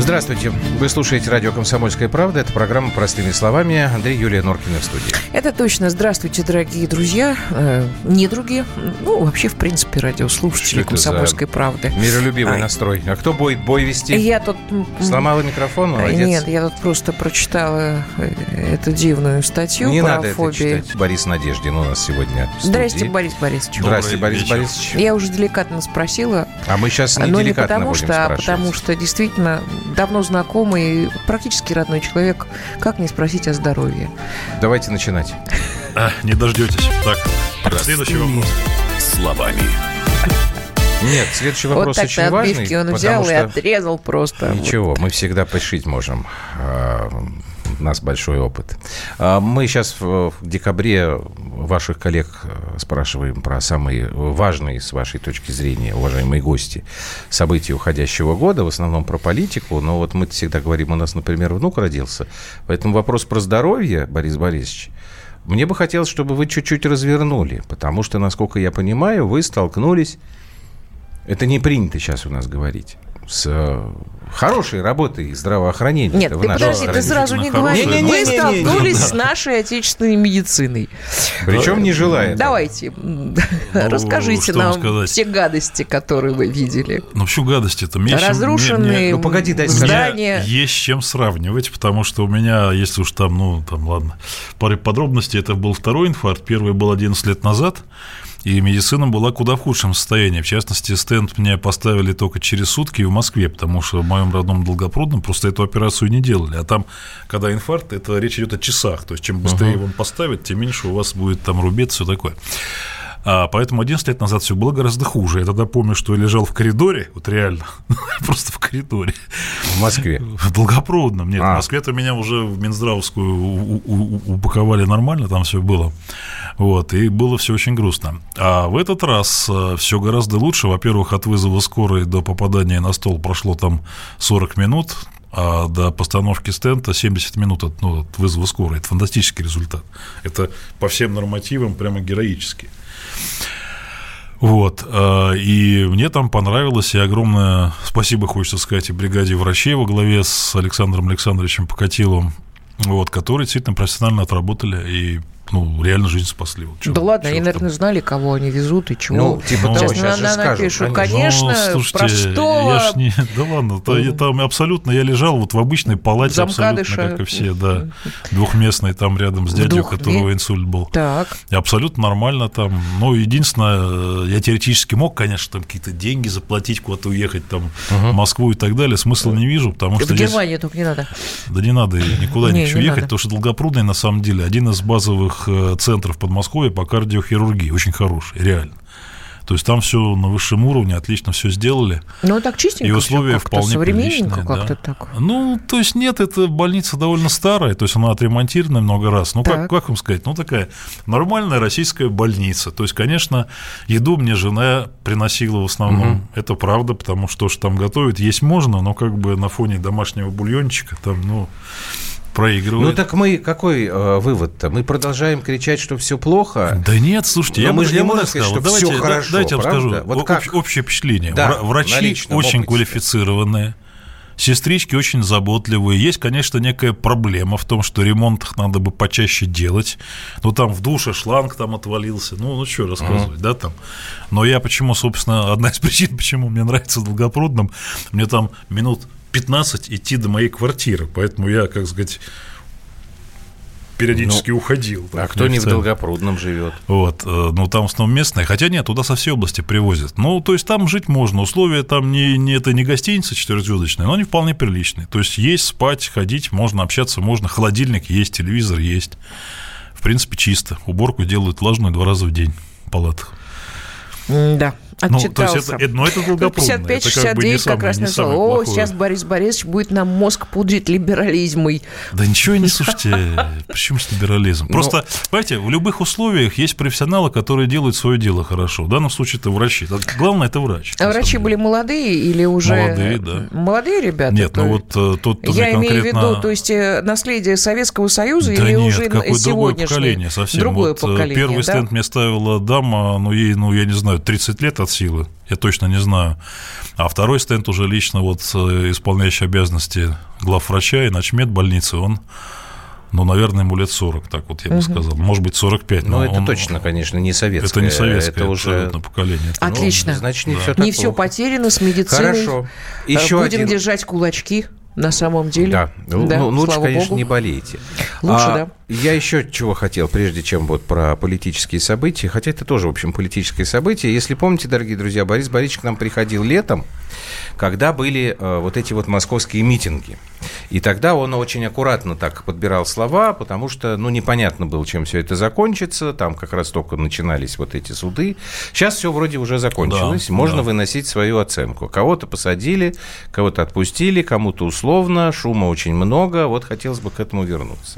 Здравствуйте. Вы слушаете радио «Комсомольская правда». Это программа «Простыми словами». Андрей, Юлия Норкина в студии. Это точно. Здравствуйте, дорогие друзья. Недруги. Ну, вообще, в принципе, радиослушатели «Комсомольской правды». Миролюбивый настрой. А кто будет бой вести? Я тут... Сломала микрофон? Молодец. Нет, я тут просто прочитала эту дивную статью Не про надо фобии. это читать. Борис Надеждин у нас сегодня в студии. Здрасте, Борис Борисович. Здрасте, Борис Борисович. Я уже деликатно спросила. А мы сейчас не но не деликатно потому будем что, спрашивать. потому что действительно давно знакомый, практически родной человек. Как не спросить о здоровье? Давайте начинать. Не дождетесь. Так, следующий вопрос. Словами. Нет, следующий вопрос вот очень важный. Отбивки он взял и отрезал просто. Ничего, мы всегда пошить можем. У нас большой опыт. Мы сейчас в декабре ваших коллег спрашиваем про самые важные, с вашей точки зрения, уважаемые гости, события уходящего года, в основном про политику. Но вот мы всегда говорим, у нас, например, внук родился. Поэтому вопрос про здоровье, Борис Борисович, мне бы хотелось, чтобы вы чуть-чуть развернули, потому что, насколько я понимаю, вы столкнулись, это не принято сейчас у нас говорить, с хорошей работой здравоохранения. Нет, ты подожди, ты сразу не говори. Мы столкнулись с нашей отечественной медициной. Причем не желая. Давайте, расскажите нам все гадости, которые вы видели. Ну, всю гадости-то. Разрушенные здания. Есть с чем сравнивать, потому что у меня, если уж там, ладно, пару подробностей, это был второй инфаркт, первый был 11 лет назад. И медицина была куда в худшем состоянии. В частности, стенд мне поставили только через сутки в Москве, потому что в моем родном Долгопрудном просто эту операцию не делали. А там, когда инфаркт, это речь идет о часах. То есть, чем быстрее его поставят, тем меньше у вас будет там рубец, все такое. Поэтому 11 лет назад все было гораздо хуже. Я тогда помню, что я лежал в коридоре, вот реально, просто в коридоре. В Москве? В Долгопрудном. Нет, в Москве-то меня уже в Минздравскую упаковали нормально, там все было. Вот, и было все очень грустно. А в этот раз все гораздо лучше. Во-первых, от вызова скорой до попадания на стол прошло там 40 минут, а до постановки стента 70 минут от вызова скорой. Это фантастический результат. Это по всем нормативам прямо героически. Вот, и мне там понравилось, и огромное спасибо, хочется сказать, и бригаде врачей во главе с Александром Александровичем Покатиловым, вот, которые действительно профессионально отработали и реально жизнь спасли. Вот, да ладно, они, наверное, знали, кого они везут и чего. Сейчас же напишу, конечно, слушайте, простого... я ж не... Да ладно, там абсолютно, я лежал вот в обычной палате, абсолютно, как и все, да, двухместной, там рядом с дядей, у которого инсульт был. Так. И абсолютно нормально там. Единственное, я теоретически мог, конечно, там какие-то деньги заплатить, куда-то уехать там в Москву и так далее. Смысла не вижу, потому что... В Германию только не надо. Да не надо никуда не ехать, потому что Долгопрудный, на самом деле, один из базовых центров Подмосковья по кардиохирургии, очень хороший, реально. То есть там все на высшем уровне, отлично все сделали. Так чистенько. И условия вполне приличные. Как-то так. То есть нет, эта больница довольно старая, то есть она отремонтирована много раз. Как вам сказать, такая нормальная российская больница. То есть, конечно, еду мне жена приносила в основном, это правда, потому что там готовить есть можно, но как бы на фоне домашнего бульончика там, проигрывает. Так мы какой вывод-то? Мы продолжаем кричать, что все плохо? Да нет, слушайте, я бы сказал, что все хорошо, давайте я вам скажу, вот общее впечатление. Да, врачи очень квалифицированные, сестрички очень заботливые. Есть, конечно, некая проблема в том, что ремонт их надо бы почаще делать. Там в душе шланг там отвалился. Что рассказывать, да, там. Но я собственно, одна из причин, почему мне нравится в Долгопрудном, мне там минут 15 идти до моей квартиры, поэтому я, как сказать, периодически уходил. А кто не в Долгопрудном живет? Вот, там в основном местные, хотя нет, туда со всей области привозят. То есть там жить можно, условия там это не гостиница 4-звездочная, но они вполне приличные. То есть есть, спать, ходить, можно общаться, можно, холодильник есть, телевизор есть. В принципе, чисто. Уборку делают влажную 2 раза в день в палатах. Да. Отчитался. Это Долгопрудно. 55-69 как раз написал. Сейчас Борис Борисович будет нам мозг пудрить либерализмой. Да ничего не слушайте. Почему с либерализм? Просто, понимаете, в любых условиях есть профессионалы, которые делают свое дело хорошо. В данном случае это врачи. Главное, это врач. А врачи были молодые или уже... Молодые, да. Молодые ребята? Нет, тот я имею в виду, то есть наследие Советского Союза да или нет, уже какое другое сегодняшнее? поколение совсем. Другое поколение, первый стенд мне ставила дама, ей, я не знаю, 30 лет от силы, я точно не знаю. А второй стенд уже лично вот исполняющий обязанности главврача и начмед больницы, он, наверное, ему лет 40, так вот я бы сказал. Может быть, 45. Но это точно, конечно, не советское. Это не советское, это уже поколение. Отлично. Значит, не все потеряно с медициной. Хорошо. Будем держать кулачки. На самом деле. Да. Лучше, конечно, Богу. Не болейте. Лучше, да. Я еще чего хотел, прежде чем вот про политические события, хотя это тоже, в общем, политическое событие. Если помните, дорогие друзья, Борис Борисович к нам приходил летом, когда были вот эти вот московские митинги. И тогда он очень аккуратно так подбирал слова, потому что, непонятно было, чем все это закончится. Там как раз только начинались вот эти суды. Сейчас все вроде уже закончилось. Можно выносить свою оценку. Кого-то посадили, кого-то отпустили, кому-то условно. Шума очень много. Вот хотелось бы к этому вернуться.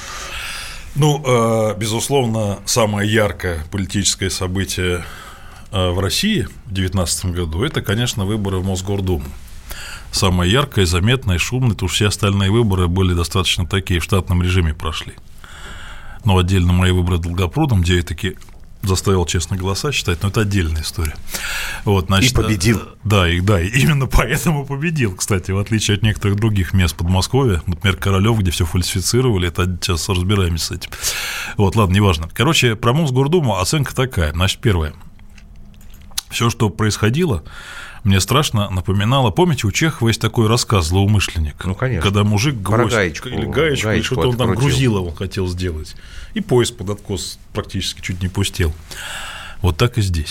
Безусловно, самое яркое политическое событие в России в 2019 году – это, конечно, выборы в Мосгордуму. Самое яркое, заметное, шумное, потому что все остальные выборы были достаточно такие, в штатном режиме прошли. Но отдельно мои выборы в Долгопрудном, где я таки заставил честно голоса считать, но это отдельная история. Вот, значит, и победил. Да, именно поэтому победил, кстати, в отличие от некоторых других мест Подмосковья, например, Королёв, где все фальсифицировали, это сейчас разбираемся с этим. Вот, ладно, неважно. Короче, про Мосгордуму оценка такая. Значит, первое. Все, что происходило, мне страшно напоминало. Помните, у Чехова есть такой рассказ «Злоумышленник»? Конечно. Когда мужик гвоздь гаечку, или что-то он там грузило, он хотел сделать. И поезд под откос практически чуть не пустел. Вот так и здесь.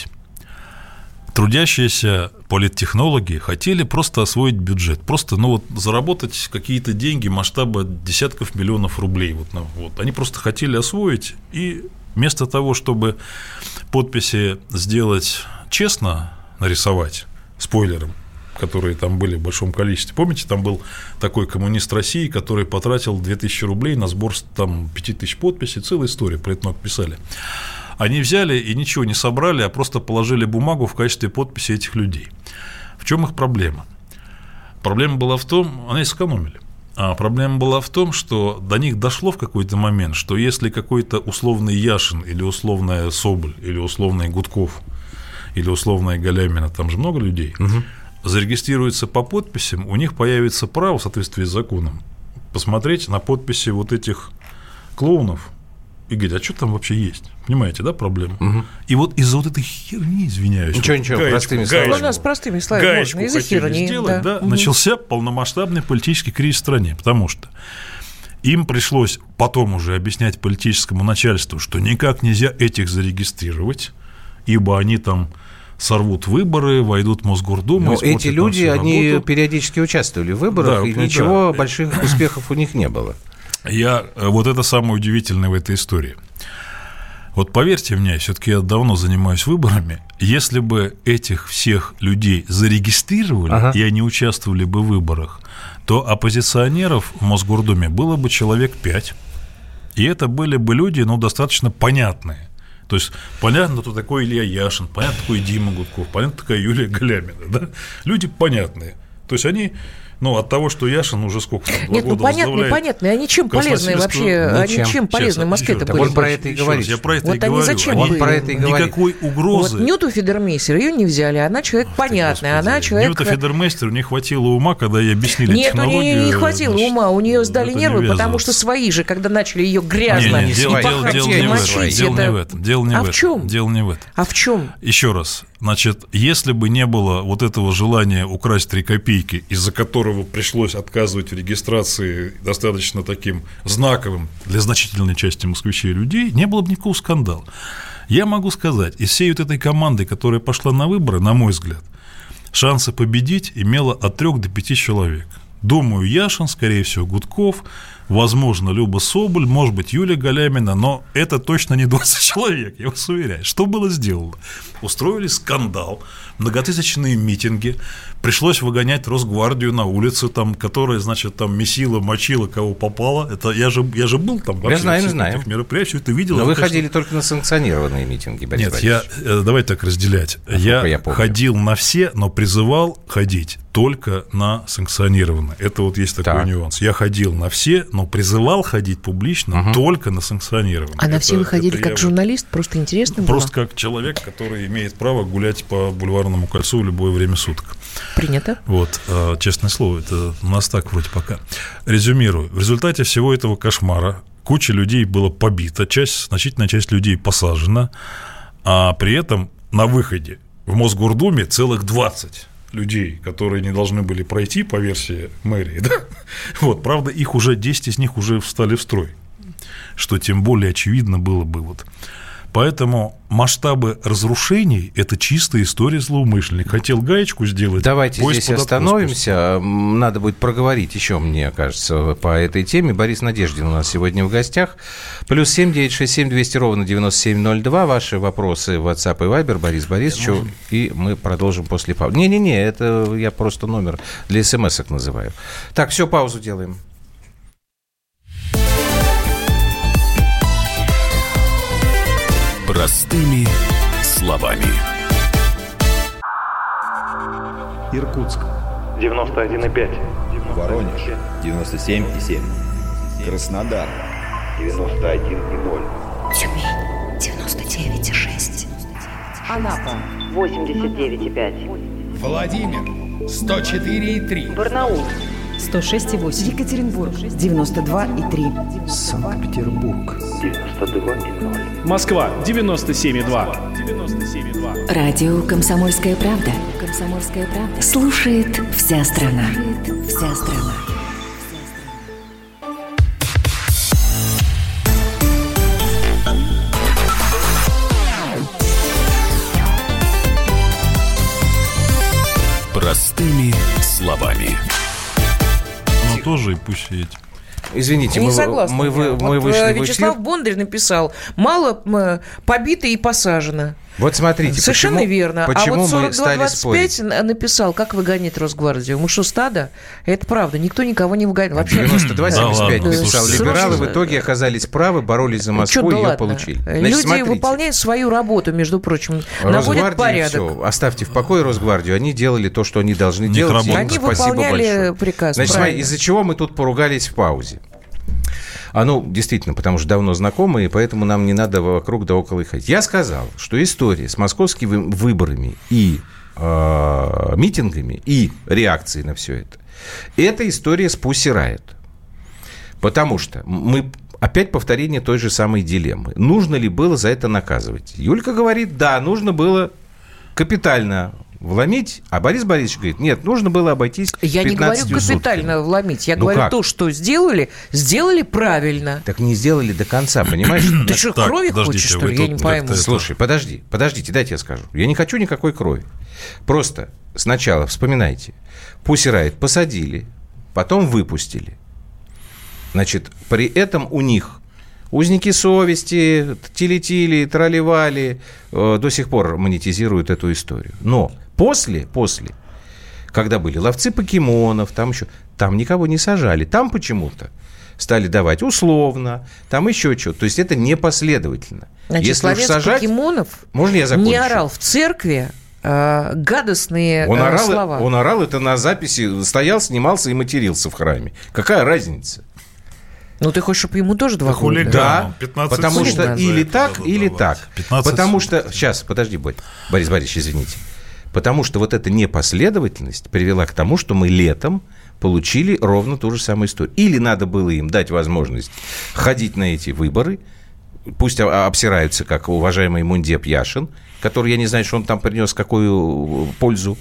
Трудящиеся политтехнологи хотели просто освоить бюджет, просто заработать какие-то деньги масштаба десятков миллионов рублей. Они просто хотели освоить, и вместо того, чтобы подписи сделать честно, нарисовать спойлером, которые там были в большом количестве. Помните, там был такой коммунист России, который потратил 2000 рублей на сбор 5000 подписей, целая история, про это много писали. Они взяли и ничего не собрали, а просто положили бумагу в качестве подписи этих людей. В чем их проблема? Проблема была в том, они сэкономили. А проблема была в том, что до них дошло в какой-то момент, что если какой-то условный Яшин или условная Соболь или условный Гудков или условная Галямина, там же много людей, зарегистрируются по подписям, у них появится право в соответствии с законом посмотреть на подписи вот этих клоунов и говорить, а что там вообще есть? Понимаете, да, проблему? И вот из-за вот этой херни, извиняюсь. Ничего, простыми словами. У нас простыми словами можно, из-за херни. Сделать, начался полномасштабный политический кризис в стране, потому что им пришлось потом уже объяснять политическому начальству, что никак нельзя этих зарегистрировать, ибо они там сорвут выборы, войдут в Мосгордуму. Но эти люди, они периодически участвовали в выборах, и ничего больших успехов у них не было. Вот это самое удивительное в этой истории. Вот поверьте мне, все-таки я давно занимаюсь выборами, если бы этих всех людей зарегистрировали, и они участвовали бы в выборах, то оппозиционеров в Мосгордуме было бы человек 5, и это были бы люди, достаточно понятные. То есть понятно, кто такой Илья Яшин, понятно, такой Дима Гудков, понятно, такая Юлия Галямина, да? Люди понятные. То есть они, от того, что Яшин уже сколько там, 2 года возглавляет. Понятные, они чем полезны вообще? Они чем полезны в Москве-то были? Он про это и говорит. Я про это и говорю. Вот они зачем были? Он про это и говорит. Никакой угрозы. Вот Нюту Федермейстер, ее не взяли, она человек понятный, она человек... Нюта Федермейстер, у нее хватило ума, когда ей объяснили технологию. Нет, у нее не хватило ума, у нее сдали нервы, потому что свои же, когда начали ее грязно и пахать, мочить. Дело не в этом. А в чем? Дело не в этом. А в чем? Еще раз. Значит, если бы не было вот этого желания украсть 3 копейки, из-за которого пришлось отказывать в регистрации достаточно таким знаковым для значительной части москвичей людей, не было бы никакого скандала. Я могу сказать, из всей вот этой команды, которая пошла на выборы, на мой взгляд, шансы победить имело от 3 до 5 человек. Думаю, Яшин, скорее всего, Гудков, возможно, Люба Соболь, может быть, Юлия Галямина, но это точно не 20 человек, я вас уверяю. Что было сделано? Устроили скандал, многотысячные митинги, пришлось выгонять Росгвардию на улицу, которая, месила, мочила, кого попало. Это я же был там во всех этих мероприятиях, все это видел. Но вы ходили только на санкционированные митинги, Борис Борисович. Давайте так разделять. Я ходил на все, но призывал ходить только на санкционированные. Это вот есть такой нюанс. Я ходил на все, но призывал ходить публично только на санкционированные. А на все вы ходили как журналист? Просто интересно было? Просто как человек, который имеет право гулять по Бульварному кольцу в любое время суток. Принято. Вот, честное слово, это у нас так вроде пока. Резюмирую. В результате всего этого кошмара куча людей была побита, значительная часть людей посажена, а при этом на выходе в Мосгордуме целых 20 людей, которые не должны были пройти по версии мэрии, да? Вот, правда, 10 из них уже встали в строй, что тем более очевидно было бы. Вот. Поэтому масштабы разрушений – это чистая история злоумышленника. Хотел гаечку сделать. Давайте здесь остановимся. Надо будет проговорить еще, мне кажется, по этой теме. Борис Надеждин у нас сегодня в гостях. +7 967 200 ровно 9702. Ваши вопросы в WhatsApp и Viber. Борис Борисович. И мы продолжим после паузы. Не-не-не, это я просто номер для смс-ок называю. Так, все, паузу делаем. Простыми словами. Иркутск 91,5. Воронеж 97,7. Краснодар 91,0. Тюмень 99,6. Анапа 89,5. Владимир 104,3. Барнаул 106,8. Екатеринбург 92,3. Санкт-Петербург 92,0. Москва 97,2. Радио «Комсомольская правда». «Комсомольская правда». Слушает вся страна. Вся страна. Простыми словами. Но тоже и пусть едет. Извините, не согласна. мы вышли в Вячеслав эфир. Бондарь написал: мало побито и посажено. Вот смотрите, совершенно верно. Почему а вот мы стали 42-25 спорить? написал: как выгонять Росгвардию? Мы что, стадо? Это правда, никто никого не выгонял. Вообще 92-75 написал. слушайте, Либералы в итоге оказались правы, боролись за Москву, ее получили. Значит, люди выполняют свою работу, между прочим, наводят порядок. Все, оставьте в покое Росгвардию. Они делали то, что они должны делать. Они выполняли приказ. Значит, смотри, из-за чего мы тут поругались в паузе? Действительно, потому что давно знакомы, и поэтому нам не надо вокруг да около их ходить. Я сказал, что история с московскими выборами и митингами, и реакцией на все это история с Pussy Riot. Потому что мы опять повторение той же самой дилеммы. Нужно ли было за это наказывать? Юлька говорит, да, нужно было капитально вломить, а Борис Борисович говорит, нет, нужно было обойтись 15 Я не говорю капитально сутками. вломить, я говорю как? то, что сделали правильно. Так не сделали до конца, понимаешь? Ты что, крови хочешь, что ли? Я не пойму. Слушай, подождите, дайте я скажу. Я не хочу никакой крови. Просто сначала вспоминайте. Pussy Riot посадили, потом выпустили. Значит, при этом у них узники совести, тили-тили, тролливали, до сих пор монетизируют эту историю. Но после, когда были ловцы покемонов, там никого не сажали. Там почему-то стали давать условно, там еще что-то. То есть это непоследовательно. Значит, если ловец покемонов можно я закончу? Не орал в церкви гадостные слова. Он орал, это на записи, стоял, снимался и матерился в храме. Какая разница? Ты хочешь, чтобы ему тоже 2 года? Да, потому что или так, или так. Потому что... Сейчас, подожди, Борис Борисович, извините. Потому что вот эта непоследовательность привела к тому, что мы летом получили ровно ту же самую историю. Или надо было им дать возможность ходить на эти выборы, пусть обсираются, как уважаемый Мундеп Яшин, который, я не знаю, что он там принес, какую пользу.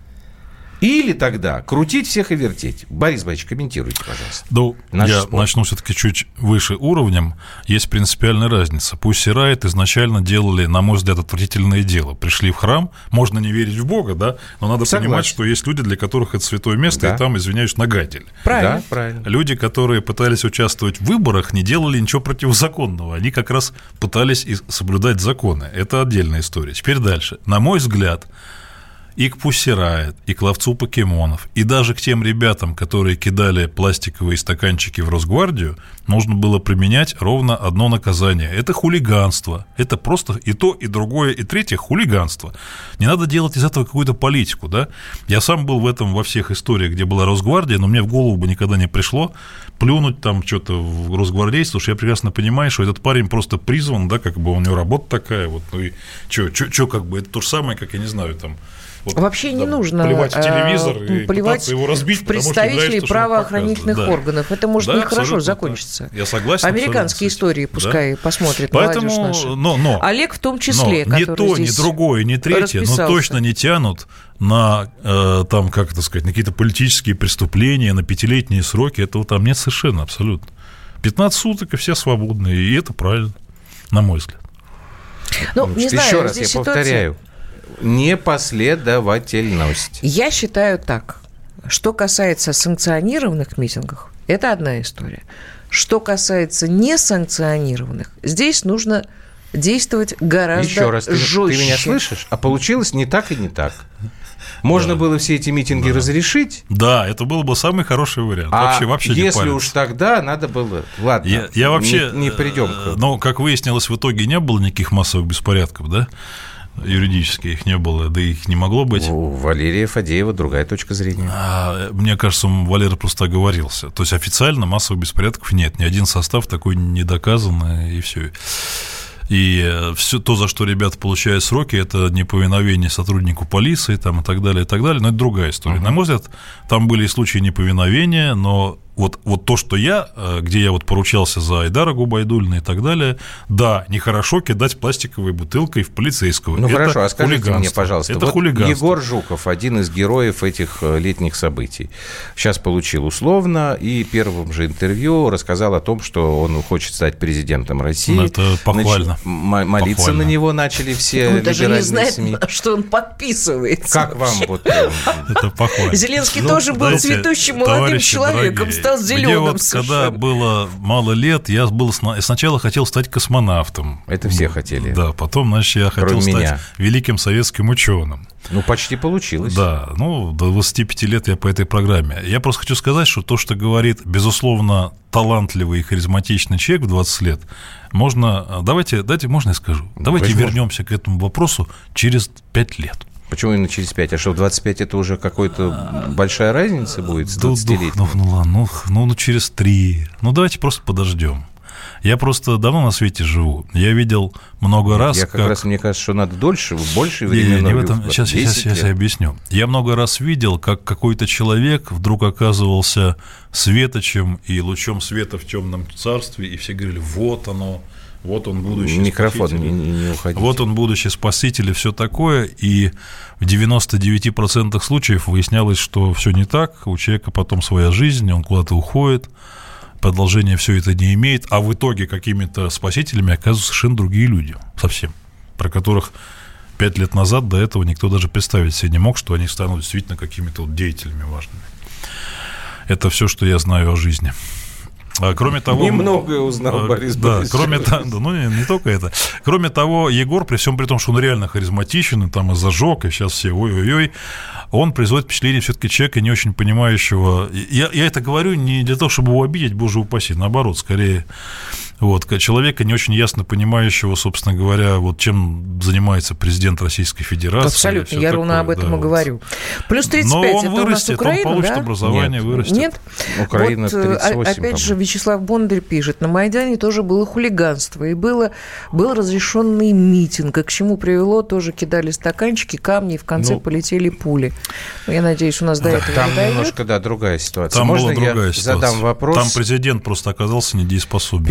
Или тогда крутить всех и вертеть. Борис Борисович, комментируйте, пожалуйста. Я начну все-таки чуть выше уровнем. Есть принципиальная разница. Pussy Riot изначально делали, на мой взгляд, отвратительное дело. Пришли в храм, можно не верить в Бога, да, но надо понимать, что есть люди, для которых это святое место, и там, извиняюсь, нагадили. Правильно. Да, правильно. Люди, которые пытались участвовать в выборах, не делали ничего противозаконного. Они как раз пытались соблюдать законы. Это отдельная история. Теперь дальше. На мой взгляд, и к Pussy Riot, и к ловцу покемонов, и даже к тем ребятам, которые кидали пластиковые стаканчики в Росгвардию, нужно было применять ровно одно наказание. Это хулиганство. Это просто и то, и другое, и третье хулиганство. Не надо делать из этого какую-то политику, да? Я сам был во всех историях, где была Росгвардия, но мне в голову бы никогда не пришло плюнуть там что-то в росгвардейство, потому что я прекрасно понимаю, что этот парень просто призван, да, как бы у него работа такая, вот, ну и что, как бы, это то же самое, как, я не знаю, там, вот, вообще не нужно плевать в телевизор и пытаться его разбить, в представителей правоохранительных органов. Это может нехорошо закончиться. Я согласен. Американские истории пускай посмотрят поэтому, молодежь наша. Олег в том числе, который ни то, ни другое, ни третье, но точно не тянут на, там, как это сказать, на какие-то политические преступления, на 5-летние сроки. Этого там нет совершенно, абсолютно. 15 суток, и все свободны, и это правильно, на мой взгляд. Ну, не знаю, еще раз я повторяю. Непоследовательность. Я считаю так. Что касается санкционированных митингов, это одна история. Что касается несанкционированных, здесь нужно действовать гораздо еще раз, жестче. Ты меня слышишь? А получилось не так и не так. Можно было все эти митинги разрешить. Да, это был бы самый хороший вариант. Вообще не если париться. уж тогда надо было... Ладно, я вообще, не придем к... Но, как выяснилось, в итоге не было никаких массовых беспорядков, да? Юридически их не было, да их не могло быть. У Валерия Фадеева другая точка зрения. Мне кажется, Валера просто оговорился. То есть официально массовых беспорядков нет. Ни один состав такой не доказан, и все. И все то, за что ребята получают сроки, это неповиновение сотруднику полиции там, и так далее, но это другая история. На мой взгляд, там были и случаи неповиновения, но вот то, что где я вот поручался за Айдара Губайдуллина и так далее, да, нехорошо кидать пластиковой бутылкой в полицейского. Ну, это хорошо, а скажите мне, пожалуйста, это вот хулиганство. Егор Жуков, один из героев этих летних событий, сейчас получил условно и первым же интервью рассказал о том, что он хочет стать президентом России. Это похвально. Молиться на него начали все он даже не знает, СМИ. что он подписывается. Как вам вот... Это похвально. Зеленский тоже был цветущим молодым человеком, стал зеленым. Мне вот, когда было мало лет, я сначала хотел стать космонавтом. Это все хотели. Да, потом, значит, я хотел стать великим советским ученым. Ну, почти получилось. Да, до 25 лет я по этой программе. Я просто хочу сказать, что то, что говорит, безусловно, талантливый и харизматичный человек в 20 лет, можно... Давайте, можно я скажу? Давайте вернемся к этому вопросу через 5 лет. Почему именно через 5? А что, в 25 это уже какая-то большая разница будет с 20-летним? Ну, через 3. Давайте просто подождем. Я просто давно на свете живу. Я видел много раз... Мне кажется, что надо больше времени. Сейчас я объясню. Я много раз видел, как какой-то человек вдруг оказывался светочем и лучом света в темном царстве, и все говорили, вот оно... Вот он, будущий микрофон, спаситель. Не уходите. Вот он, будущий спаситель, и все такое. И в 99% случаев выяснялось, что все не так. У человека потом своя жизнь, он куда-то уходит. Продолжение все это не имеет. А в итоге какими-то спасителями оказываются совершенно другие люди. Совсем. Про которых 5 лет назад до этого никто даже представить себе не мог, что они станут действительно какими-то деятелями важными. Это все, что я знаю о жизни. Кроме того, немногое узнал Борис Борисович. Да, кроме того, не только это. Кроме того, Егор, при всем при том, что он реально харизматичен, и там и зажег, и сейчас все ой-ой-ой, он производит впечатление все-таки человека, не очень понимающего. Я это говорю не для того, чтобы его обидеть, боже упаси, наоборот, скорее. Человека, не очень ясно понимающего, собственно говоря, чем занимается президент Российской Федерации. Абсолютно, я ровно об этом и говорю. Плюс 35, но он это вырастет, у нас Украина, он получит да? образование, вырастет. Нет? Украина 38, опять же, Вячеслав Бондарь пишет, на Майдане тоже было хулиганство, и был разрешенный митинг, и к чему привело, тоже кидали стаканчики, камни, и в конце полетели пули. Я надеюсь, у нас до этого там не дойдет. немножко, другая ситуация. Там Можно была другая я ситуация. задам вопрос? Там президент просто оказался недееспособен.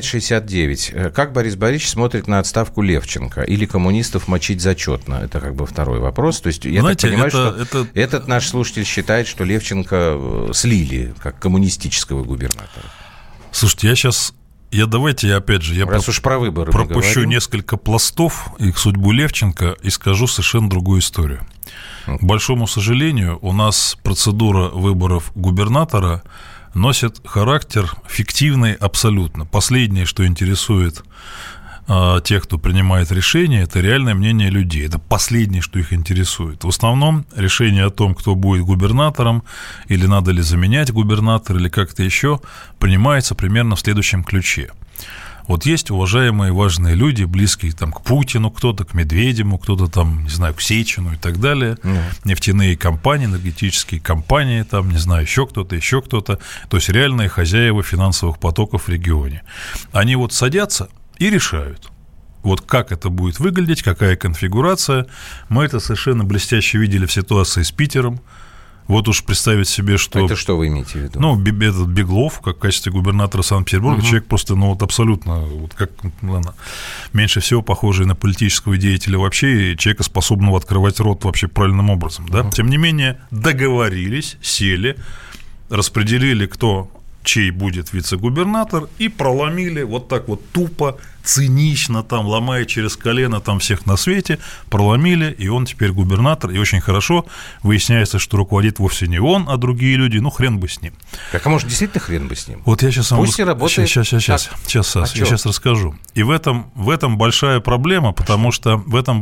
55-69. Как Борис Борисович смотрит на отставку Левченко? Или коммунистов мочить зачетно? Это второй вопрос. То есть я так понимаю, что этот наш слушатель считает, что Левченко слили как коммунистического губернатора. Слушайте, давайте я опять же раз уж про выборы пропущу несколько пластов их судьбу Левченко и скажу совершенно другую историю. К большому сожалению, у нас процедура выборов губернатора носит характер фиктивный абсолютно. Последнее, что интересует тех, кто принимает решения, это реальное мнение людей. Это последнее, что их интересует. В основном решение о том, кто будет губернатором, или надо ли заменять губернатора, или как-то еще, принимается примерно в следующем ключе. Вот есть уважаемые важные люди, близкие там, к Путину, кто-то к Медведеву, кто-то там, не знаю, к Сечину и так далее, нефтяные компании, энергетические компании, там, не знаю, еще кто-то, то есть реальные хозяева финансовых потоков в регионе. Они вот садятся и решают, вот как это будет выглядеть, какая конфигурация. Мы это совершенно блестяще видели в ситуации с Питером. Вот уж представить себе, что... Это что вы имеете в виду? Ну, этот Беглов, как в качестве губернатора Санкт-Петербурга, человек просто, ну, вот абсолютно, вот как, ладно, меньше всего похожий на политического деятеля вообще, и человека, способного открывать рот вообще правильным образом, да? Тем не менее, договорились, сели, распределили, кто чей будет вице-губернатор, и проломили вот так вот тупо, цинично, там, ломая через колено там всех на свете, проломили, и он теперь губернатор, и очень хорошо выясняется, что руководит вовсе не он, а другие люди, ну, хрен бы с ним. Так, а может, действительно хрен бы с ним? Вот я сейчас вам... Пусть и работает. Сейчас, Сас, я сейчас расскажу. И в этом большая проблема, потому что,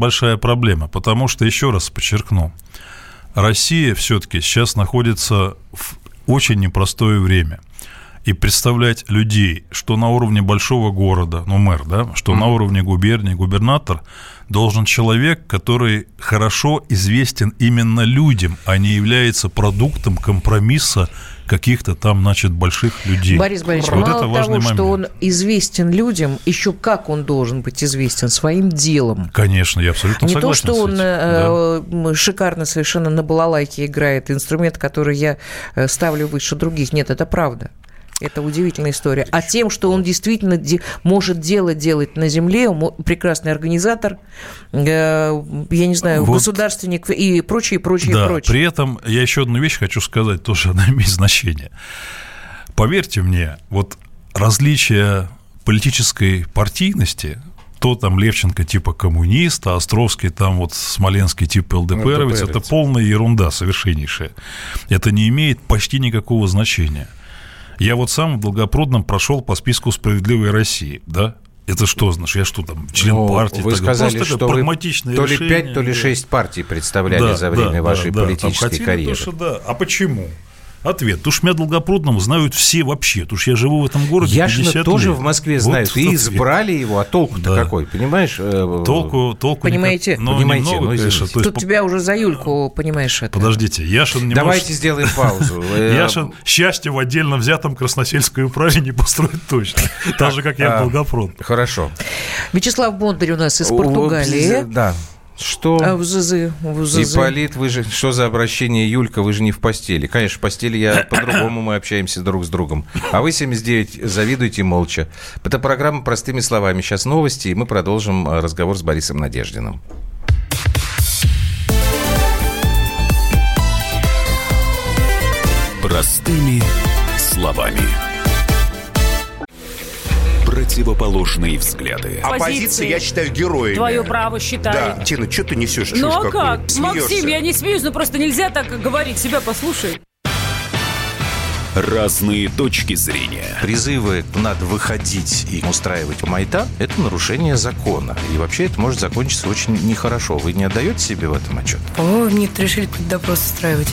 еще раз подчеркну, Россия все-таки сейчас находится в очень непростое время. И представлять людей, что на уровне большого города, ну, мэр, да, что на уровне губернии, губернатор, должен человек, который хорошо известен именно людям, а не является продуктом компромисса каких-то там, значит, больших людей. Борис Борисович, вот мало это важный того, момент. что он известен людям, еще как он должен быть известен своим делом. Конечно, я абсолютно согласен с этим. Не то, что он шикарно совершенно на балалайке играет, инструмент, который я ставлю выше других. Нет, это правда. Это удивительная история. А тем, что он действительно может делать на земле, он прекрасный организатор, я не знаю, вот, государственник и прочее. При этом я еще одну вещь хочу сказать, тоже она имеет значение. Поверьте мне, вот различие политической партийности, то там Левченко типа коммунист, а Островский там вот Смоленский типа ЛДПровец, это полная ерунда совершеннейшая. Это не имеет почти никакого значения. Я вот сам в Долгопрудном прошел по списку «Справедливой России», да? Это что, знаешь, я что там, член партии? Вы сказали, что вы то ли 5, то ли 6 партий представляли за время вашей политической карьеры. А почему? Ответ. Потому что меня Долгопрудном знают все вообще. Потому что я живу в этом городе 50 лет. Яшина тоже в Москве знают. Вот и избрали его, а толку-то какой, понимаешь? Толку понимаете? Немного, тут тебя уже за Юльку, понимаешь это. Подождите, Яшин не Давайте сделаем паузу. Яшин счастье в отдельно взятом Красносельской управе не построит точно. Так же, как я в Долгопрудном. Хорошо. Вячеслав Бондарь у нас из Португалии. Да. Что? Ипполит, вы же... Что за обращение, Юлька? Вы же не в постели. Конечно, в постели по-другому мы общаемся друг с другом. А вы 79 завидуете молча. Это программа «Простыми словами». Сейчас новости, и мы продолжим разговор с Борисом Надеждиным. Простыми словами. Противоположные взгляды. Оппозиция, я считаю, героями. Твое право считаю. Да, Тина, что ты несешь? Ну а как? Максим, я не смеюсь, но просто нельзя так говорить. Себя послушай. Разные точки зрения. Призывы «надо выходить и устраивать Майдан» – это нарушение закона. И вообще это может закончиться очень нехорошо. Вы не отдаете себе в этом отчет? По-моему, некоторые решили допрос устраивать.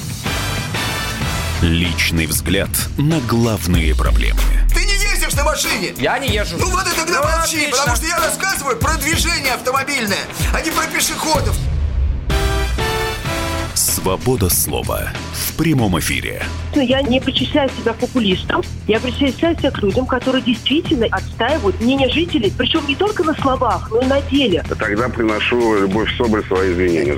Личный взгляд на главные проблемы. Ты не ездишь на машине? Я не езжу. Ну вот и тогда молчи, потому что я рассказываю про движение автомобильное, а не про пешеходов. Свобода слова в прямом эфире. Я не причисляю себя к популистам, я причисляю себя к людям, которые действительно отстаивают мнение жителей, причем не только на словах, но и на деле. Тогда приношу Любовь Соболь свои извинения.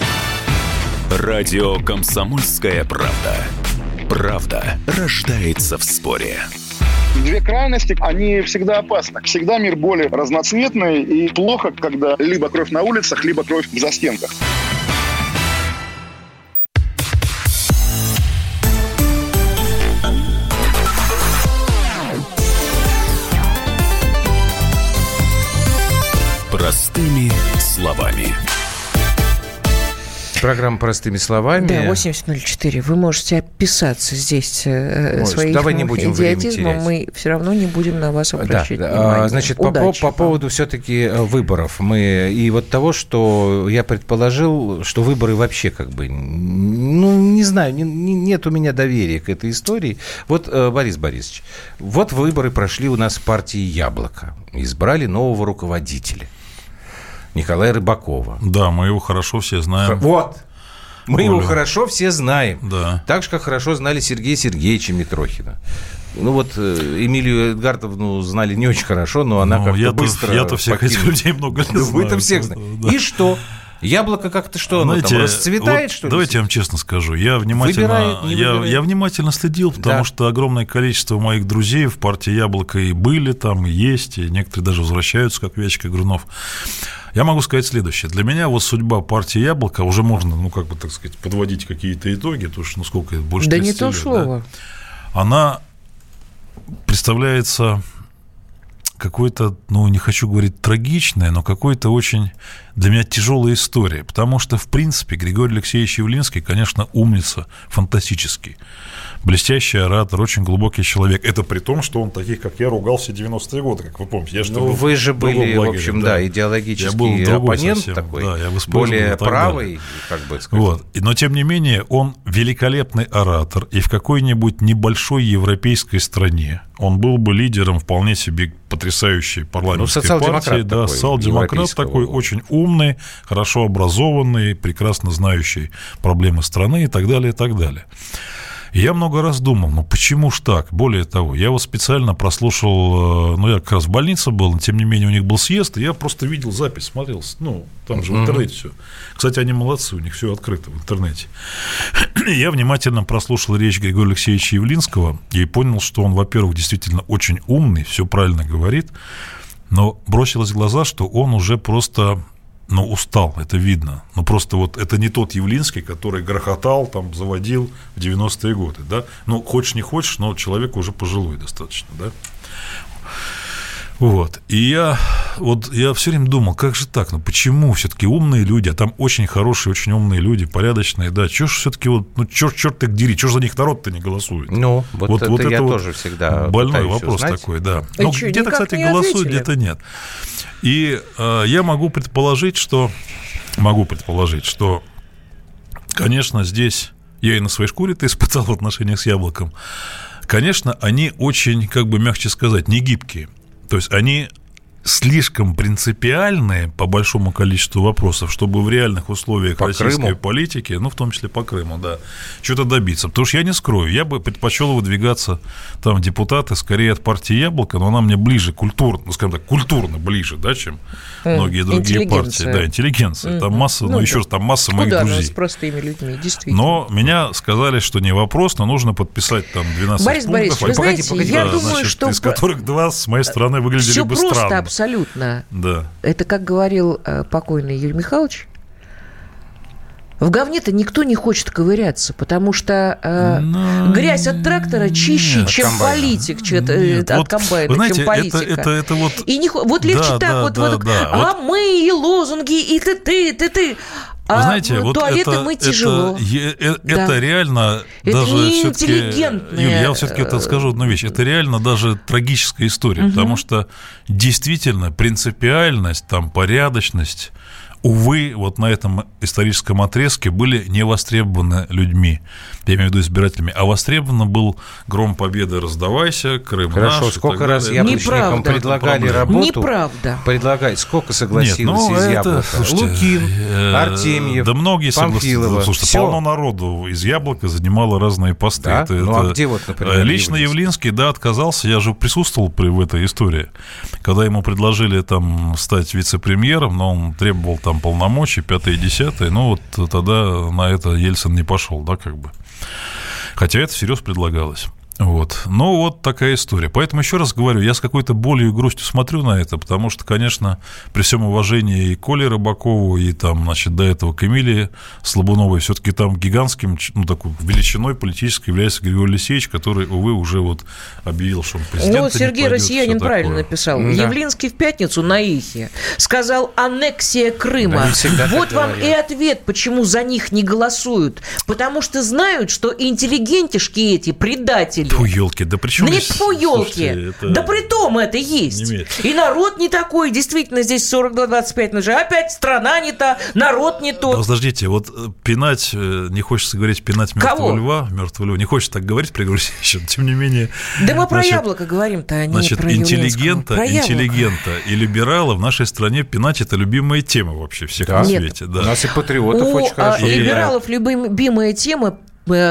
Радио «Комсомольская правда». Правда рождается в споре. Две крайности, они всегда опасны. Всегда мир более разноцветный, и плохо, когда либо кровь на улицах, либо кровь в застенках. Простыми словами. Программа «Простыми словами». Да, 8004. Вы можете описаться здесь своим идиотизмом. Мы все равно не будем на вас обращать внимание. Значит, по поводу все-таки выборов. И вот того, что я предположил, что выборы вообще как бы... Ну, не знаю, нет у меня доверия к этой истории. Вот, Борис Борисович, вот выборы прошли у нас в партии «Яблоко». Избрали нового руководителя. Николая Рыбакова. Да, мы его хорошо все знаем. Вот. Мы его хорошо все знаем. Да. Так же, как хорошо знали Сергея Сергеевича Митрохина. Ну вот Эмилию Эдгардовну знали не очень хорошо, но она как-то быстро... Я-то всех этих людей много лет знаю. Вы-то всех знаете. Да. И что? Яблоко как-то что, оно там расцветает, что ли? Давайте я вам честно скажу. Я внимательно следил, потому что огромное количество моих друзей в партии «Яблоко» и были там, и есть, и некоторые даже возвращаются, как Вячка Грунов. Я могу сказать следующее. Для меня вот судьба партии «Яблоко», уже можно, так сказать, подводить какие-то итоги, потому что, сколько это, больше 30 лет. Да не то слово. Да? Она представляется какой-то, не хочу говорить трагичная, но какой-то очень для меня тяжелая история, потому что, в принципе, Григорий Алексеевич Явлинский, конечно, умница, фантастический, блестящий оратор, очень глубокий человек. Это при том, что он таких, как я, ругал все 90-е годы, как вы помните. Вы же были, в общем, идеологический оппонент совсем, такой, более правый, как бы сказать. Вот. Но, тем не менее, он великолепный оратор, и в какой-нибудь небольшой европейской стране он был бы лидером вполне себе потрясающей парламентской партии. Да, социал-демократ такой, очень умный, хорошо образованный, прекрасно знающий проблемы страны и так далее, и так далее. И я много раз думал, почему ж так? Более того, я вот специально прослушал, я как раз в больнице был, но тем не менее у них был съезд, и я просто видел запись, смотрел, там же в интернете все. Кстати, они молодцы, у них все открыто в интернете. Я внимательно прослушал речь Григория Алексеевича Явлинского и понял, что он, во-первых, действительно очень умный, все правильно говорит, но бросилось в глаза, что он уже просто... устал, это видно. Просто вот это не тот Явлинский, который грохотал, там, заводил в 90-е годы, да. Хочешь не хочешь, но человек уже пожилой достаточно, да. Вот. И я все время думал, как же так, почему все-таки умные люди, а там очень хорошие, очень умные люди, порядочные, да, чего же все-таки черт их дери, чего же за них народ-то не голосует? Вот это я тоже всегда больной вопрос узнать. Такой, да. Где-то, кстати, голосуют, где-то нет. И я могу предположить, что, конечно, здесь я и на своей шкуре-то испытал в отношениях с «Яблоком», конечно, они очень, мягче сказать, не гибкие. То есть они слишком принципиальные по большому количеству вопросов, чтобы в реальных условиях российской политики, в том числе по Крыму, да, что-то добиться. Потому что я не скрою, я бы предпочел выдвигаться там депутаты скорее от партии «Яблоко», но она мне ближе, культурно ближе, да, чем многие другие партии. Да, интеллигенция. Там масса, еще раз, там масса моих друзей. С простыми людьми, действительно. Но меня сказали, что не вопрос, но нужно подписать там 12 Борис пунктов. Борисович, вы знаете, я думаю, что... из которых 2 с моей стороны выглядели бы странно. Все просто, абсолютно. Да. Это, как говорил покойный Юрий Михайлович, в говне-то никто не хочет ковыряться, потому что грязь от трактора чище, чем политик, от комбайна, знаете, чем политика. Это вот... И легче так, мы, и лозунги, и ты. Вы знаете, туалеты мы тяжело. Это реально это даже неинтеллигентная... Юля, я все-таки скажу одну вещь. Это реально даже трагическая история, потому что действительно принципиальность, порядочность, увы, вот на этом историческом отрезке были не востребованы людьми, я имею в виду избирателями, а востребован был «Гром победы, раздавайся», «Крым Хорошо, наш». Сколько раз яблочникам предлагали работу? Неправда. Сколько согласилось из «Яблока»? Лукин, Артемьев, да многие Памфилова. Слушайте, полно народу из «Яблока» занимало разные посты. Да? А где например, лично Явлинский, отказался, я же присутствовал в этой истории, когда ему предложили стать вице-премьером, но он требовал полномочий, 5-е и 10-е, тогда на это Ельцин не пошел, Хотя это всерьез предлагалось. Вот. Но вот такая история. Поэтому еще раз говорю, я с какой-то болью и грустью смотрю на это, потому что, конечно, при всем уважении и к Коле Рыбакову, и там, значит, до этого к Эмилии Слабуновой, все-таки там гигантским, ну, такой величиной политической является Григорий Алексеевич, который, увы, уже вот объявил, что он президент. Ну, вот Сергей Россиянин правильно написал. Да. Явлинский в пятницу на Ихе сказал: аннексия Крыма. Да, вот вам и ответ, почему за них не голосуют. Потому что знают, что интеллигентишки эти предатели. Фу, елки, да при чем да здесь... нет, фу, елки. Это... Да при том это есть. И народ не такой, действительно, здесь 42-25 уже. Опять страна не та, народ не тот. Да, подождите, вот пинать, не хочется говорить, пинать мертвого льва, не хочется так говорить при Григории Алексеевиче, тем не менее. Да мы про яблоко говорим-то, а не значит, про интеллигента и либерала в нашей стране пинать — это любимая тема вообще всех на свете. Да. У нас и патриотов очень хорошо. У либералов любимая тема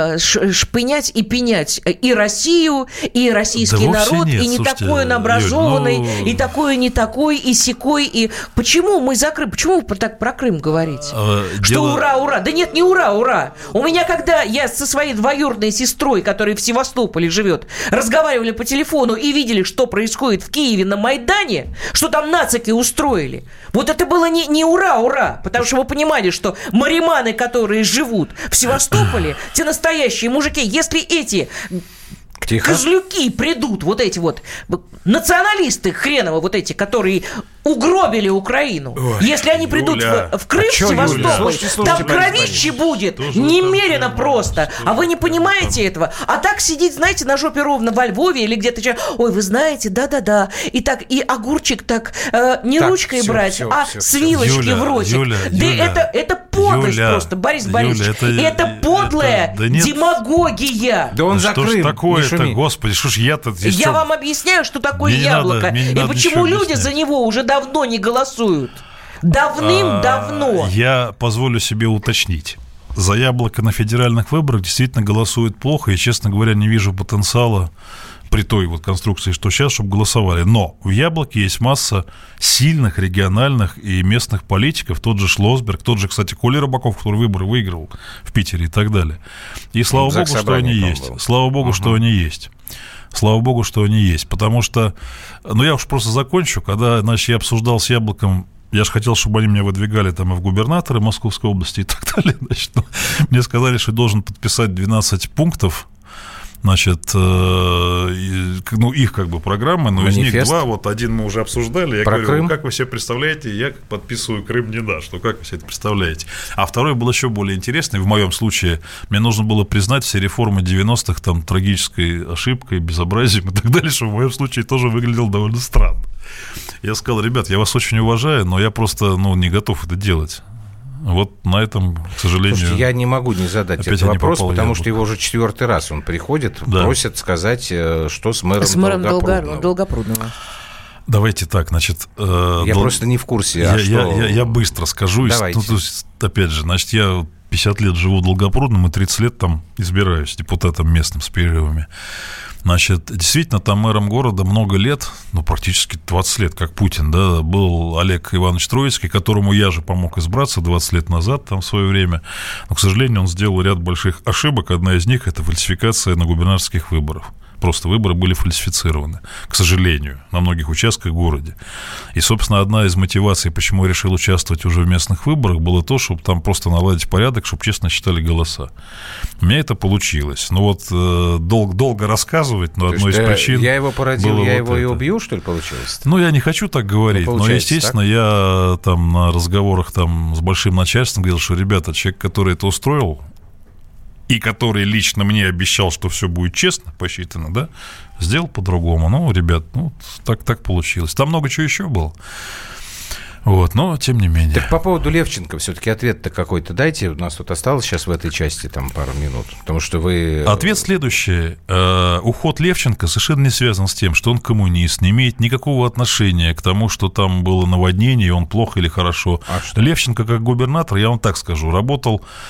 шпынять и пенять и Россию, и российский народ, нет, и не слушайте, такой он образованный, Юль, и такой не такой, и сякой, и почему мы за Крым, почему вы так про Крым говорите? Что ура, ура? Да нет, не ура, ура. У меня, когда я со своей двоюродной сестрой, которая в Севастополе живет, разговаривали по телефону и видели, что происходит в Киеве на Майдане, что там нацики устроили, вот это было не ура, ура, потому что вы понимали, что мариманы, которые живут в Севастополе, те настоящие мужики, если эти козлюки придут, вот эти вот националисты хреново, вот эти, которые угробили Украину, если они придут в Крым, в Севастополь, там кровище будет немерено просто. А вы не понимаете этого? А так сидеть, знаете, на жопе ровно во Львове или где-то. Ой, вы знаете, да-да-да. И так, и огурчик так не так, ручкой брать, с вилочки в ротик. Это подлость просто, Борис Борисович. Это подлая демагогия. Да он за Крым. Такое-то, господи, что ж я-то здесь... Я вам объясняю, что такое яблоко. И почему люди за него уже давно не голосуют. Давным-давно. Я позволю себе уточнить. За яблоко на федеральных выборах действительно голосуют плохо. И, честно говоря, не вижу потенциала при той вот конструкции, что сейчас, чтобы голосовали. Но в яблоке есть масса сильных региональных и местных политиков. Тот же Шлосберг, тот же, кстати, Коля Рыбаков, который выборы выиграл в Питере и так далее. И слава богу, что они есть. Слава богу, что они есть. Слава богу, что они есть. Потому что, ну, я уж просто закончу. Когда, значит, я обсуждал с яблоком, я же хотел, чтобы они меня выдвигали там и в губернаторы Московской области и так далее. Значит, ну, мне сказали, что я должен подписать 12 пунктов, значит, ну, их как бы программы, но манифест. Из них два, вот один мы уже обсуждали. Я про говорю, Крым? Как вы себе представляете, я подписываю Крым не дашь, что как вы себе это представляете? А второй был еще более интересный, в моем случае, мне нужно было признать все реформы 90-х там трагической ошибкой, безобразием и так далее, что в моем случае тоже выглядело довольно странно. Я сказал: ребят, я вас очень уважаю, но я просто, ну, не готов это делать. Вот на этом, к сожалению... Слушайте, я не могу не задать этот вопрос, потому что его уже 4-й раз он приходит, просит сказать, что с мэром Долгопрудного. Давайте так, значит... Я просто не в курсе. Я быстро скажу. Давайте. Ну, опять же, значит, я 50 лет живу в Долгопрудном и 30 лет там избираюсь депутатом местным с перерывами. Значит, действительно, там мэром города много лет, ну, практически 20 лет, как Путин, да, был Олег Иванович Троицкий, которому я же помог избраться 20 лет назад, там, в свое время. Но, к сожалению, он сделал ряд больших ошибок. Одна из них – это фальсификация на губернаторских выборах. Просто выборы были фальсифицированы, к сожалению, на многих участках в городе. И, собственно, одна из мотиваций, почему я решил участвовать уже в местных выборах, было то, чтобы там просто наладить порядок, чтобы честно считали голоса. У меня это получилось. Ну вот долго рассказывать, но одной из причин... Я его породил, я его и убью, что ли, получилось? Ну, я не хочу так говорить, но, естественно, так? Я там на разговорах там с большим начальством говорил, что, ребята, человек, который это устроил, и который лично мне обещал, что все будет честно посчитано, да, сделал по-другому. Ну, ребят, ну, так получилось. Там много чего еще было. Вот, но тем не менее. Так по поводу Левченко все-таки ответ-то какой-то дайте. У нас тут осталось сейчас в этой части там пару минут. Потому что вы... Ответ следующий. Уход Левченко совершенно не связан с тем, что он коммунист, не имеет никакого отношения к тому, что там было наводнение, и он плохо или хорошо. Левченко как губернатор, я вам так скажу, работал...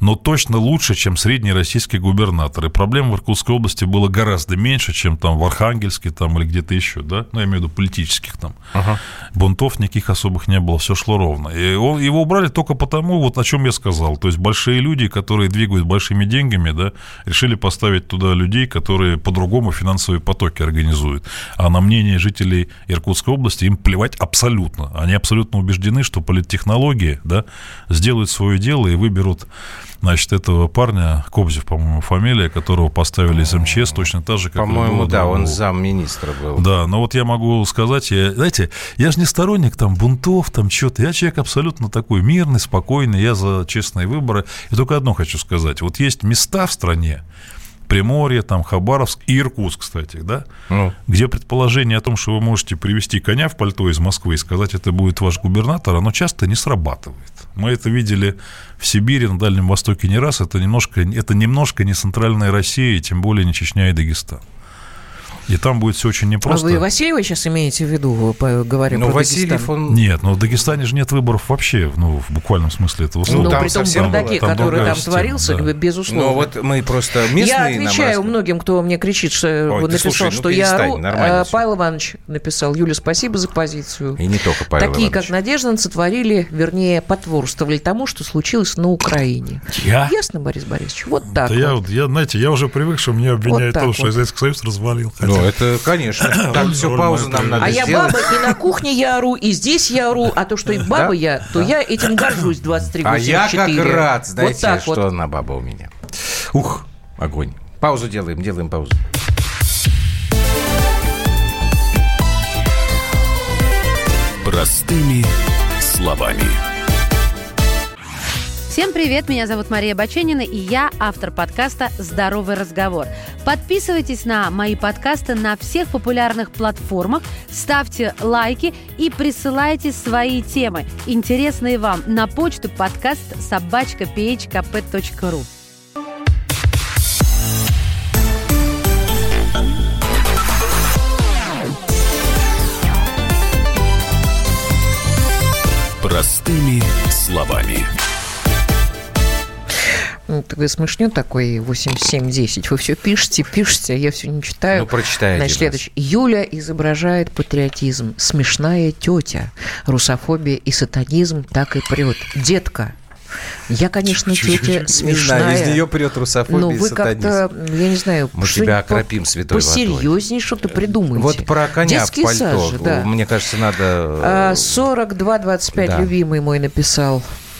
но точно лучше, чем средний российский губернатор. И проблем в Иркутской области было гораздо меньше, чем там в Архангельске там, или где-то еще, да? Ну, я имею в виду политических там. Бунтов никаких особых не было, все шло ровно. И его убрали только потому, вот о чем я сказал. То есть большие люди, которые двигают большими деньгами, да, решили поставить туда людей, которые по-другому финансовые потоки организуют. А на мнение жителей Иркутской области им плевать абсолютно. Они абсолютно убеждены, что политтехнологии, да, сделают свое дело и выберут, значит, этого парня, Кобзев, по-моему, фамилия, которого поставили из МЧС, точно так же, как... По-моему, да, он замминистра был. Да, но вот я могу сказать, знаете, я же не сторонник там бунтов, там что-то, я человек абсолютно такой мирный, спокойный, я за честные выборы. И только одно хочу сказать, вот есть места в стране, Приморье, там, Хабаровск и Иркутск, кстати, да, где предположение о том, что вы можете привезти коня в пальто из Москвы и сказать, это будет ваш губернатор, оно часто не срабатывает. Мы это видели в Сибири, на Дальнем Востоке не раз, это немножко не центральная Россия, и тем более не Чечня и Дагестан. И там будет все очень непросто. А вы Васильева сейчас имеете в виду, говоря про Васильев, Дагестан? Нет, но в Дагестане же нет выборов вообще, ну, в буквальном смысле этого слова. Ну, при том бардаке, который там творился, да, безусловно. Но вот мы просто местные... Я отвечаю многим, кто мне кричит, что написал, что я ору. Павел Иванович написал: Юля, спасибо за позицию. И не только Павел Такие, Иванович. как Надежда, сотворили, вернее, потворствовали тому, что случилось на Украине. Я? Ясно, Борис Борисович? Вот так да вот. Знаете, я уже привык, что меня обвиняют в том, что Советский Союз развалил. Ну, это, конечно. Так, все, паузу нам надо сделать. Я баба, и на кухне я ору, и здесь я ору, а то, что и баба я, то я этим горжусь 23 года. А я как рад, знаете, что она баба у меня. Ух, огонь. Паузу делаем паузу. Простыми словами. Всем привет, меня зовут Мария Баченина, и я автор подкаста «Здоровый разговор». Подписывайтесь на мои подкасты на всех популярных платформах, ставьте лайки и присылайте свои темы, интересные вам, на почту podcast@phkp.ru. Простыми словами. Вы смешню такой 8710. Вы все пишете, а я все не читаю. Ну, прочитай. Значит, следующий. Юля изображает патриотизм. Смешная тетя. Русофобия и сатанизм так и прет. Детка. Я, конечно, тетя смешная. Не знаю, из нее прет русофобия и сатанизм. Но вы как-то, я не знаю, мы тебя окропим святой водой. Посерьезнее что-то придумайте. Вот про коня детский в пальто, сажи, да. Мне кажется, надо... 42-25, да. Любимый мой написал.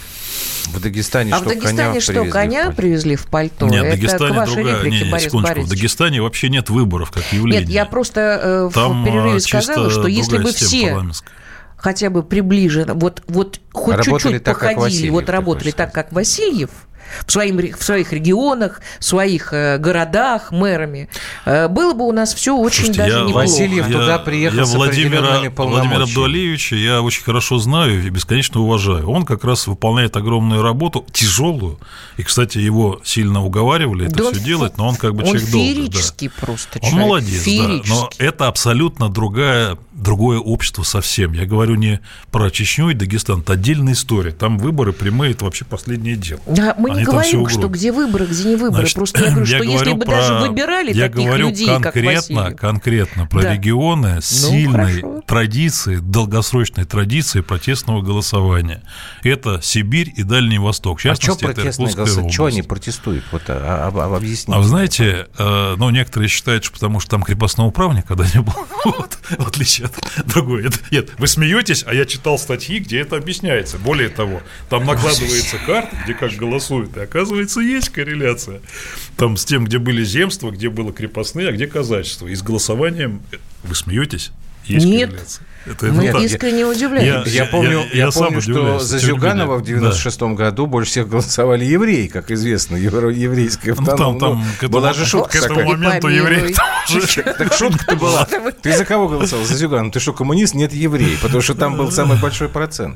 В Дагестане коня привезли в пальто? Нет, в Дагестане другая. В Дагестане вообще нет выборов как явления. Нет, я просто в перерыве сказала, что если бы все хотя бы приближенно, вот хоть чуть-чуть походили, вот работали так, как Васильев, в своих регионах, в своих городах, мэрами, было бы у нас все очень даже неплохо. Васильев туда приехал с определенными полномочиями. Владимира Абдуалиевича я очень хорошо знаю и бесконечно уважаю. Он как раз выполняет огромную работу, тяжелую. И, кстати, его сильно уговаривали это все делать, но он как бы человек добрый. Он феерический просто человек. Он молодец, да. Но это абсолютно другое общество совсем. Я говорю не про Чечню и Дагестан, это отдельная история. Там выборы прямые, это вообще последнее дело. Да, мы не говорим, что где выборы, где не выборы. Значит, просто я говорю, что если бы даже выбирали таких людей, как Васильев. Конкретно про регионы с сильной традицией, долгосрочной традицией протестного голосования. Это Сибирь и Дальний Восток. В частности, это Иркутская область. Что они протестуют? Вот, объясните. А вы знаете, некоторые считают, что потому что там крепостного права никогда не было. В отличие от другой. Нет, вы смеетесь, а я читал статьи, где это объясняется. Более того, там накладывается карта, где как голосуют. И оказывается, есть корреляция. Там с тем, где были земства, где было крепостные, а где казачество. И с голосованием, вы смеетесь? Есть корреляция. Мы искренне удивляемся. Я помню, что за Зюганова в 96-м году больше всех голосовали евреи, как известно, еврейская автономия. Была же шутка. К этому моменту евреи. Так шутка-то была. Ты за кого голосовал? За Зюганова. Ты что, коммунист? Нет, еврей. Потому что там был самый большой процент.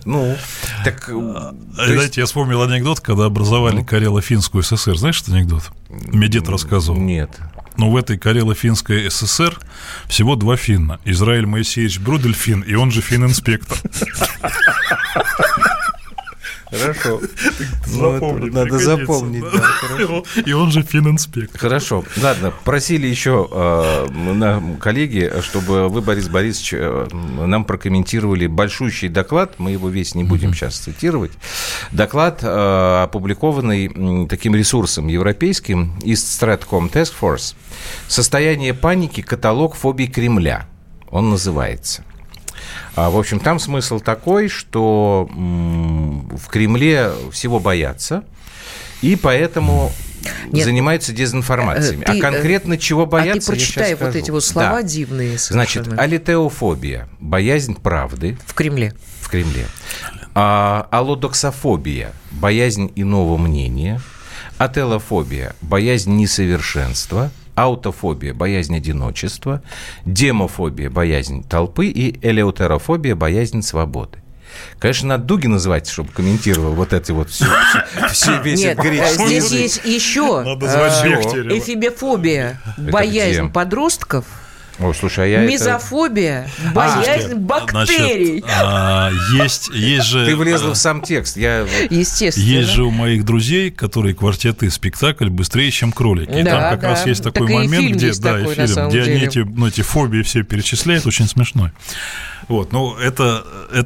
Знаете, я вспомнил анекдот, когда образовали Карело-Финскую ССР. Знаешь, что анекдот? Мне дед рассказывал. Нет. Но в этой Карело-Финской ССР всего 2 финна. Израиль Моисеевич Брудельфин, и он же финн-инспектор. Хорошо. Надо запомнить. И он же фининспектор. Хорошо. Ладно, просили еще коллеги, чтобы вы, Борис Борисович, нам прокомментировали большущий доклад, мы его весь не будем сейчас цитировать, доклад, опубликованный таким ресурсом европейским из Stratcom Task Force «Состояние паники. Каталог фобий Кремля». Он называется. В общем, там смысл такой, что в Кремле всего боятся, и поэтому занимаются дезинформациями. А конкретно чего боятся, ты прочитай вот эти вот слова дивные совершенно. Значит, аллитеофобия, боязнь правды. В Кремле. Аллодоксофобия, боязнь иного мнения. Ателофобия, боязнь несовершенства. Аутофобия, боязнь одиночества. Демофобия, боязнь толпы. И элеутерофобия, боязнь свободы. Конечно, надо Дугина называть, чтобы комментировал вот эти вот все весь Нет, греческий здесь есть еще эфибофобия, боязнь подростков. Ой, слушай, мизофобия, боязнь бактерий. Есть же... Ты влезла в сам текст. Естественно. Есть же у моих друзей, которые квартеты, спектакль «Быстрее, чем кролики». И там как раз есть такой момент, где они эти фобии все перечисляют, очень смешной. Вот, ну, это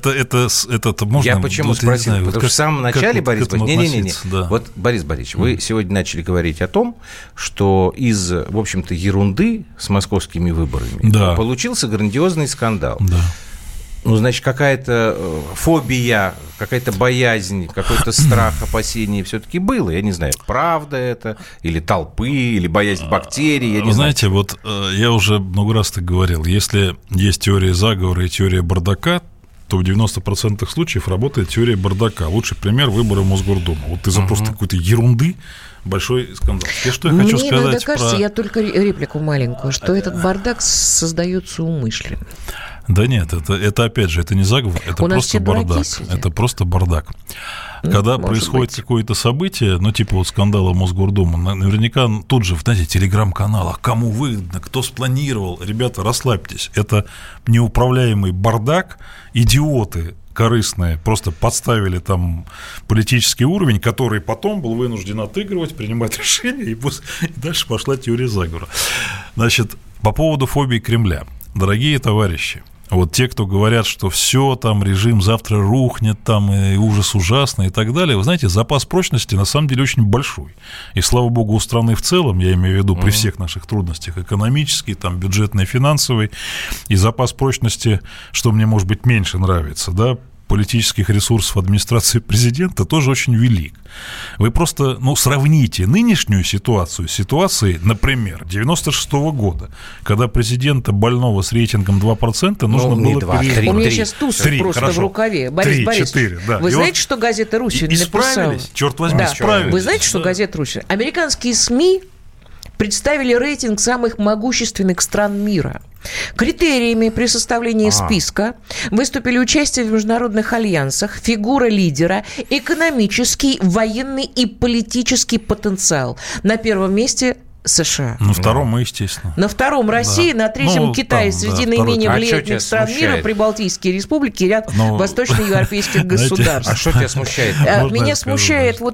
можно... Я почему спросил? Потому что в самом начале, Борис Борисович... Не. Вот, Борис Борисович, вы сегодня начали говорить о том, что из, в общем-то, ерунды с московскими выборами получился грандиозный скандал. Да. Ну, значит, какая-то фобия, какая-то боязнь, какой-то страх, опасение все-таки было. Я не знаю, правда это, или толпы, или боязнь бактерий, я не Знаете, знаю. вот я уже много раз так говорил, если есть теория заговора и теория бардака, то в 90% случаев работает теория бардака. Лучший пример — выборы в Мосгордуму. Вот из-за просто какой-то ерунды большой скандал. Что я хочу сказать? Мне иногда кажется, я только реплику маленькую, что этот бардак создается умышленно. Да нет, это опять же, это не заговор, это просто бардак. Это просто бардак. Когда происходит какое-то событие, ну, типа вот скандала Мосгордума, наверняка тут же, знаете, телеграм-каналах, кому выгодно, кто спланировал, ребята, расслабьтесь, это неуправляемый бардак, идиоты корыстные просто подставили там политический уровень, который потом был вынужден отыгрывать, принимать решения, и дальше пошла теория заговора. Значит, по поводу фобии Кремля. Дорогие товарищи, вот те, кто говорят, что все, там режим завтра рухнет, там и ужас ужасный и так далее, вы знаете, запас прочности на самом деле очень большой. И слава богу, у страны в целом, я имею в виду при всех наших трудностях, экономический, там, бюджетный, финансовый, и запас прочности, что мне, может быть, меньше нравится, да, политических ресурсов администрации президента тоже очень велик. Вы просто, сравните нынешнюю ситуацию с ситуацией, например, 96-го года, когда президента больного с рейтингом 2% нужно было переизбрать. У меня сейчас туз просто в рукаве. Борис Борисович, вы знаете, что газета «Русь» написала? Черт возьми, справились. Вы знаете, что газета «Русь»? Американские СМИ представили рейтинг самых могущественных стран мира. Критериями при составлении списка выступили участие в международных альянсах, фигура лидера, экономический, военный и политический потенциал. На первом месте США. На втором мы, естественно. На втором Россия, на третьем Китай. Среди наименее влиятельных стран мира Прибалтийские республики, ряд восточноевропейских государств. А что тебя смущает? Меня смущает вот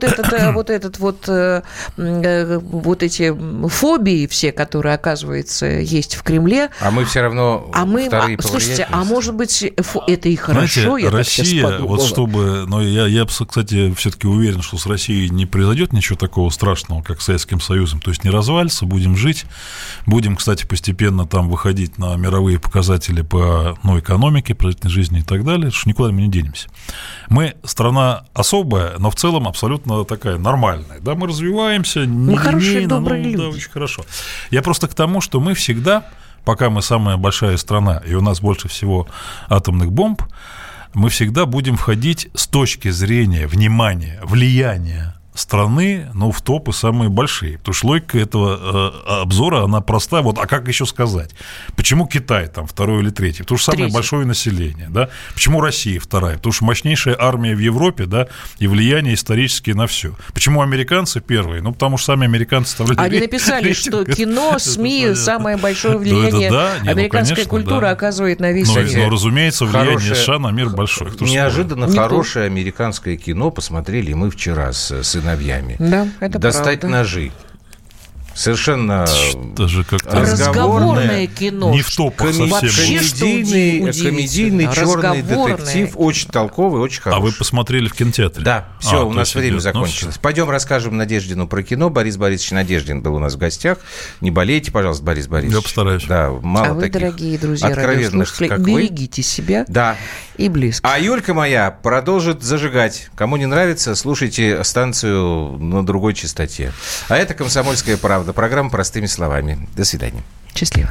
эти фобии все, которые, оказывается, есть в Кремле. А мы все равно вторые. Слушайте, а может быть, это и хорошо? Знаете, Россия, вот чтобы... Но я, кстати, все-таки уверен, что с Россией не произойдет ничего такого страшного, как с Советским Союзом. То есть не развалится, будем жить. Будем, кстати, постепенно там выходить на мировые показатели по экономике, продолжительной жизни и так далее, что никуда мы не денемся. Мы страна особая, но в целом абсолютно такая нормальная. Да, мы развиваемся, хорошие, добрые люди. Да, очень хорошо. Я просто к тому, что мы всегда, пока мы самая большая страна, и у нас больше всего атомных бомб, мы всегда будем входить с точки зрения, внимания, влияния страны, но в топы самые большие. Потому что логика этого обзора, она проста. Вот, а как еще сказать? Почему Китай там второй или третий? Потому что самое большое население, да? Почему Россия вторая? Потому что мощнейшая армия в Европе, да, и влияние исторически на все. Почему американцы первые? Ну, потому что сами американцы составляли. Они написали, что кино, СМИ, самое большое влияние американская культура оказывает на весь мир. Но, разумеется, влияние США на мир большое. Неожиданно хорошее американское кино посмотрели мы вчера с сыновьями. Да, это «Достать правда. ножи». Совершенно даже как-то разговорное кино. Не в топах совсем. Комедийный черный детектив. Очень толковый, очень хороший. А вы посмотрели в кинотеатре? Да. Все, у нас время закончилось. Пойдем расскажем Надеждину про кино. Борис Борисович Надеждин был у нас в гостях. Не болейте, пожалуйста, Борис Борисович. Я постараюсь. Да, мало вы, таких дорогие друзья, радиослушатели, берегите себя и близких. А Юлька моя продолжит зажигать. Кому не нравится, слушайте станцию на другой частоте. А это «Комсомольская правда». Программа «Простыми словами». До свидания. Счастливо.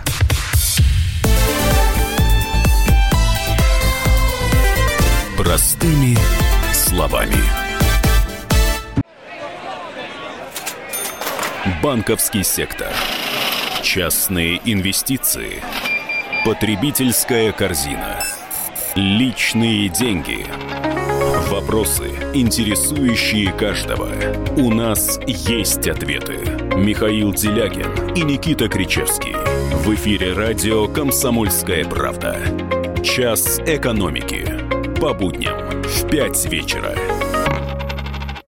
Простыми словами. Банковский сектор. Частные инвестиции. Потребительская корзина. Личные деньги. Вопросы, интересующие каждого. У нас есть ответы. Михаил Делягин и Никита Кричевский. В эфире радио «Комсомольская правда». Час экономики. По будням в 5 вечера.